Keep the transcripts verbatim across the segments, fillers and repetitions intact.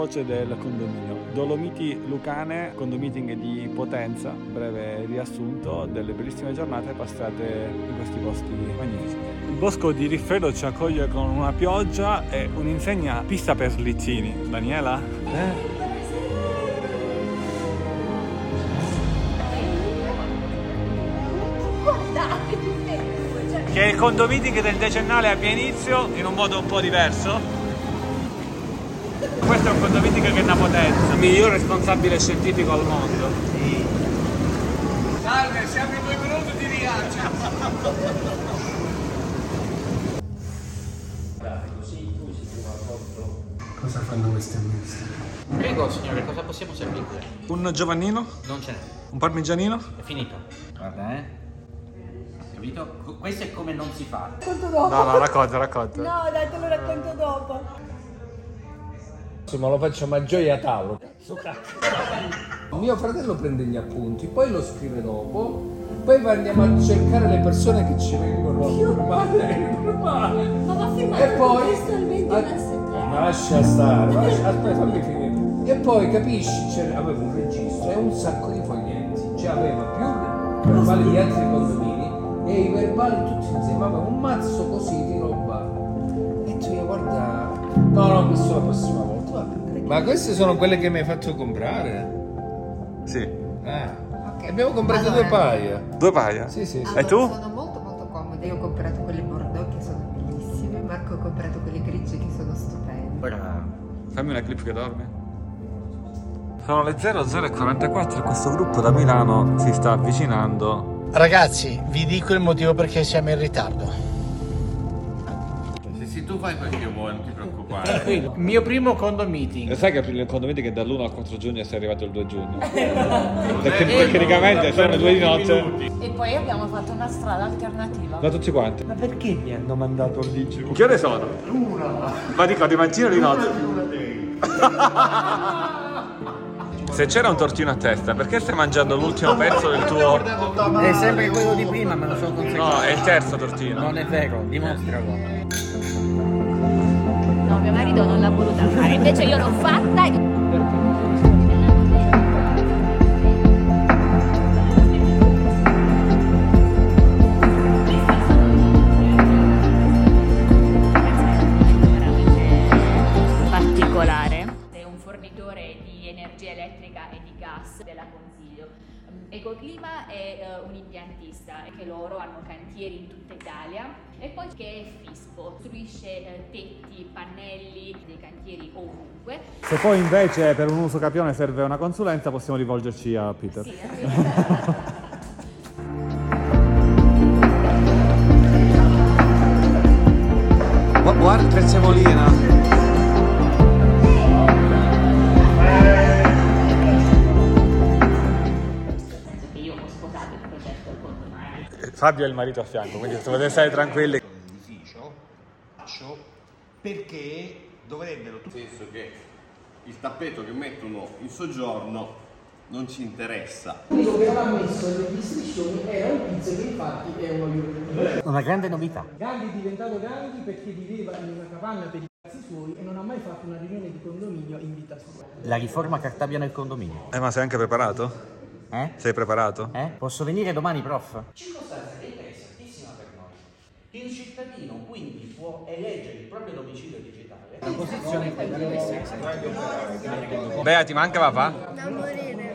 veloce del condominio. Dolomiti Lucane, condomiting di Potenza, breve riassunto delle bellissime giornate passate in questi posti magnifici. Il bosco di Riffredo ci accoglie con una pioggia e un'insegna pista per slittini. Daniela? Eh? Che il condomiting del decennale abbia inizio in un modo un po' diverso. Questo è un condomiting che dà potenza. Il miglior responsabile scientifico al mondo. Sì. Salve, siamo in due minuti di riaccia. Cosa fanno queste amiche? Prego signore, cosa possiamo servirle? Un giovannino? Non ce n'è. Un parmigianino? È finito. Guarda eh. Capito? Questo è come non si fa. Racconto dopo. No, no, racconta, racconta. No, dai, te lo racconto dopo. Insomma, lo faccio a gioia Tauro. Mio fratello prende gli appunti, poi lo scrive dopo, poi andiamo a cercare le persone che ci vengono a firmare. Ma va firmato E poi testualmente a- da settembre. ma lascia stare, ma lascia- aspetta, fammi finire. E poi capisci, c'era- avevo un registro e un sacco di foglietti, cioè aveva più verbali di altri condomini e i verbali tutti insieme, aveva un mazzo così di roba. E tu io guarda. No, no, questo la prossima volta. Vabbè. Ma queste sono quelle che mi hai fatto comprare? Sì. Eh. Ok. Abbiamo comprato Allora, due paia. Due paia? Sì, sì, sì. allora, E tu? Sono molto molto comode. Io ho comprato quelle bordeaux che sono bellissime. Marco ha comprato quelle grigie che sono stupende. Bravo. Fammi una clip che dorme. Sono le zero zero e quarantaquattro e questo gruppo da Milano si sta avvicinando. Ragazzi, vi dico il motivo perché siamo in ritardo. Se, se tu fai quel che vuoi, non ti preoccupare. Mio primo condo meeting. Sai che il condominio che dall'uno al quattro giugno sei arrivato il due giugno? Perché tecnicamente sono le due di notte. E poi abbiamo fatto una strada alternativa. Da tutti quanti. Ma perché mi hanno mandato lì giù? Che ore sono? L'una. Ma dico di mattina o di notte? Se c'era un tortino a testa, perché stai mangiando l'ultimo pezzo del tuo... È sempre quello di prima, me lo sono consegnato. No, è il terzo tortino. Non è vero, dimostralo. No, mio marito non l'ha voluta fare, invece io l'ho fatta e... particolare. È un fornitore di energia elettrica e di gas della Consiglio. Ecoclima è uh, un impiantista che loro hanno cantieri in tutta Italia e poi che è Fispo, costruisce uh, tetti, pannelli dei cantieri ovunque. Se poi invece per un uso capione serve una consulenza possiamo rivolgerci a Peter. Sì, a Guarda il prezzemolina. Fabio è il marito a fianco, quindi potete stare tranquilli. L'edificio faccio perché dovrebbero nel senso che il tappeto che mettono in soggiorno non ci interessa. Quello che aveva messo nelle descrizioni era un pizzo che infatti è uno youtuber. Una grande novità. Gandhi è diventato Gandhi perché viveva in una capanna per i cazzi suoi e non ha mai fatto una riunione di condominio in vita sua. La riforma Cartabia nel condominio. Eh, ma sei anche preparato? Eh? Sei preparato? Eh? Posso venire domani, prof? Circostanza che è interessantissima per noi. Il cittadino quindi può eleggere il proprio domicilio digitale. La posizione deve essere Bea, ti manca papà? Da morire.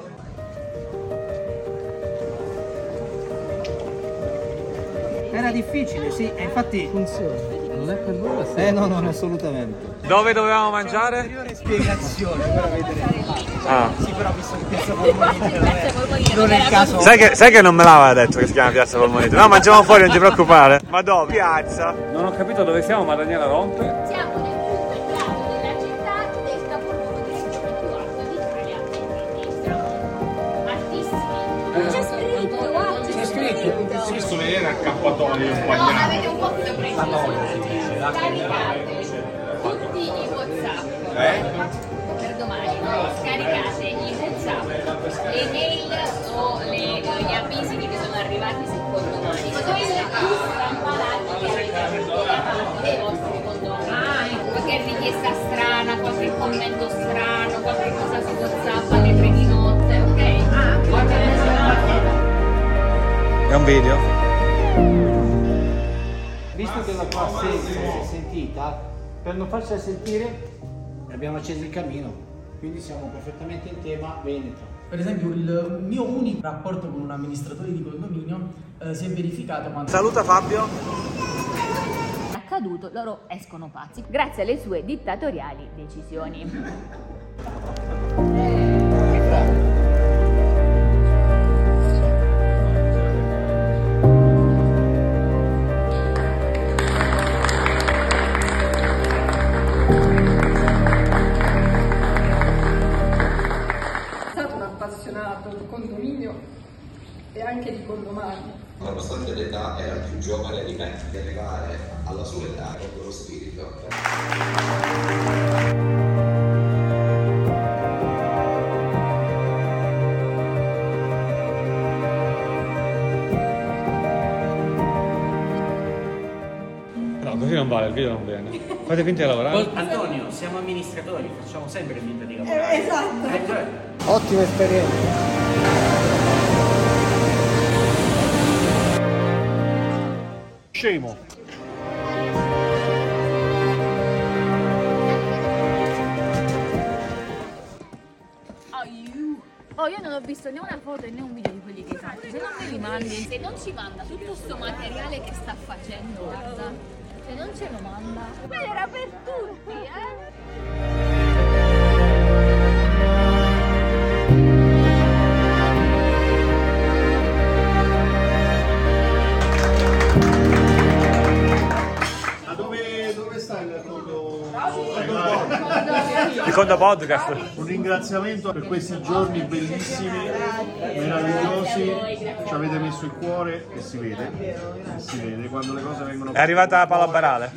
Era difficile, sì, e infatti Funziona. Non è per nulla. Eh no, no, assolutamente. Dove dovevamo mangiare? Ulteriore spiegazione, ora vedremo. Ah. Sì, però visto che Piazza Polmonite non è, non è il caso. Sai che, sai che non me l'aveva detto che si chiama Piazza Polmonite? No, mangiamo fuori, non ti preoccupare. Ma dove? Piazza. Non ho capito dove siamo, ma Daniela rompe. Siamo nel punto entrato della città del capoluogo diretto più alto d'Italia, altissimi. C'è scritto, guarda, c'è scritto. Questo era accappatoio No, sbagliato. avete un po' più preciso. Scaricate tutti i WhatsApp per domani. Scaricate i WhatsApp, le mail o le, gli avvisi che vi sono arrivati su condomani. Quelli più strampalati che avete avuto da parte dei vostri condomini. Ok? qualche richiesta strana, qualche commento strano, qualche cosa su WhatsApp alle tre di notte, ok? Ah, guarda adesso. È un video? Visto che la tua assenza si è sentita, per non farcela sentire abbiamo acceso il camino, quindi siamo perfettamente in tema Veneto. Per esempio il mio unico rapporto con un amministratore di condominio eh, si è verificato quando... Saluta Fabio. Accaduto, loro escono pazzi grazie alle sue dittatoriali decisioni. Di condominio e anche di condomani. Nonostante l'età era più giovane di me, di arrivare alla sua età con lo spirito. No, così non vale, il video non viene. Fate finta di lavorare. Antonio, siamo amministratori, facciamo sempre finta di lavorare. Eh, esatto. Eh, cioè. Ottima esperienza. Scemo. Oh, io non ho visto né una foto né un video di quelli che hai fatto. Se non me li mandi, se non ci manda tutto sto materiale che sta facendo, guarda. Se non ce lo manda. Ma era per tutti, eh? Secondo podcast. Un ringraziamento per questi giorni bellissimi, meravigliosi, ci avete messo il cuore e si vede, e si vede quando le cose vengono. È arrivata la palla barale.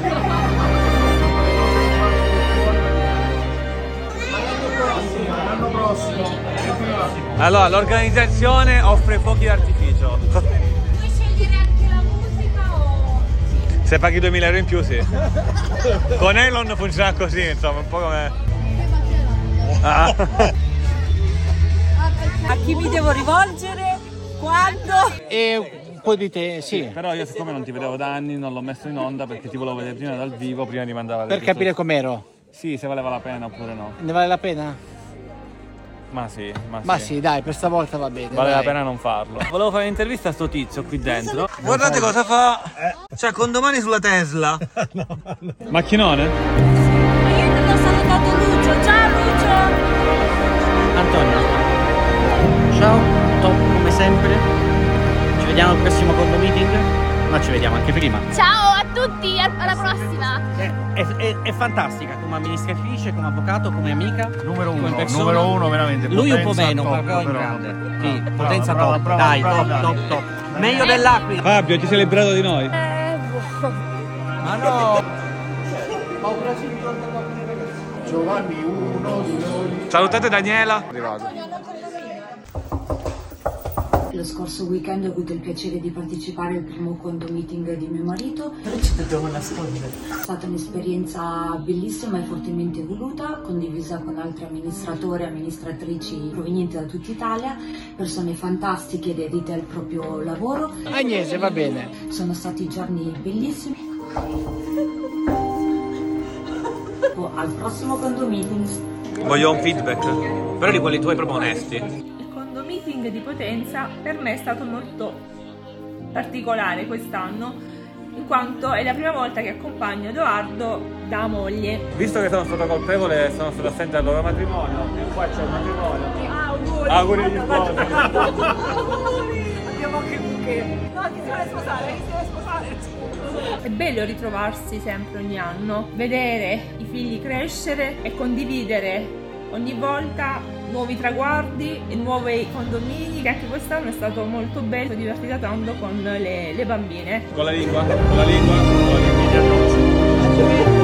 L'anno prossimo. Allora, l'organizzazione offre fuochi d'artificio. Puoi scegliere anche la musica o... Se paghi duemila euro in più, sì. Con Elon funziona così, insomma, un po' come... Ah. A chi mi devo rivolgere? Quando? E un po' di te, sì. Però io siccome non ti vedevo da anni non l'ho messo in onda perché ti volevo vedere prima dal vivo, prima di mandare Per capire com'ero. Sì, se valeva la pena oppure no. Ne vale la pena? Ma sì, ma sì. Ma sì, dai, per stavolta va bene. Vale dai. la pena non farlo. Volevo fare un'intervista a sto tizio qui dentro. Guardate cosa fa. Cioè, condomani sulla Tesla. no, no. Macchinone? Ma io non ho salutato Lucio. Ciao Lucio! Antonio, ciao, top come sempre. Ci vediamo al prossimo condomeeting, ma ci vediamo anche prima. Ciao a tutti, alla prossima! È, è, è, è fantastica come amministratrice, come avvocato, come amica. Numero come uno, persona. numero uno veramente. Lui un po' meno, top, però in però. grande. Sì, Brava, potenza brava, top. brava, Dai, brava, top, brava. top, top. Meglio dell'Aquila. Fabio, ti sei liberato di noi? Eh, boh. Ma no! Giovanni uno, due. Salutate Daniela. Arrivato. Lo scorso weekend ho avuto il piacere di partecipare al primo condomeeting di mio marito. Però ci dobbiamo nascondere. È stata un'esperienza bellissima e fortemente voluta, condivisa con altri amministratori e amministratrici provenienti da tutta Italia, persone fantastiche dedite al proprio lavoro. Agnese, va bene. Sono stati giorni bellissimi. Al prossimo condomeeting. Voglio un feedback, però di quelli tuoi proprio onesti. Il condomeeting di Potenza per me è stato molto particolare quest'anno, in quanto è la prima volta che accompagno Edoardo da moglie. Visto che sono stato colpevole e sono stato assente al loro matrimonio, e qua c'è il matrimonio. Auguri! Auguri agli sposi! Abbiamo anche il bouquet. No, chi si vuole sposare? Chi si vuole sposare? È bello ritrovarsi sempre ogni anno, vedere i figli crescere e condividere ogni volta nuovi traguardi e nuovi condomini, che anche quest'anno è stato molto bello, divertita tanto con le, le bambine. Con la lingua, con la lingua, con la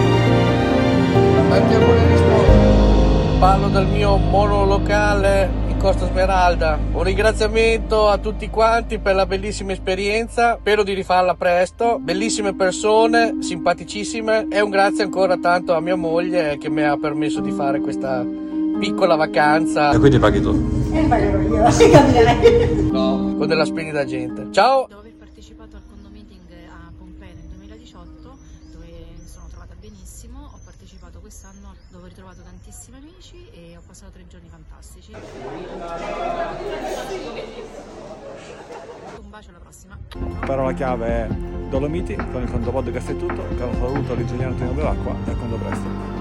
lingua. Andiamo alle risposte. Parlo del mio monolocale di Costa Smeralda. Un ringraziamento a tutti quanti per la bellissima esperienza, spero di rifarla presto, bellissime persone, simpaticissime, e un grazie ancora tanto a mia moglie che mi ha permesso di fare questa piccola vacanza. E quindi paghi tu? E pagherò io, si cambierai. No, con della splendida gente. Ciao! Dopo aver partecipato al condomeeting a Pompei nel duemiladiciotto, dove mi sono trovata benissimo, ho partecipato quest'anno dove ho ritrovato tantissimi amici e ho passato tre giorni fantastici. Un bacio, alla prossima. Parola chiave è Dolomiti, con il Conto Podcast è tutto. Caro saluto all'ingegnere Antonio Dell'Acqua e a quando presto.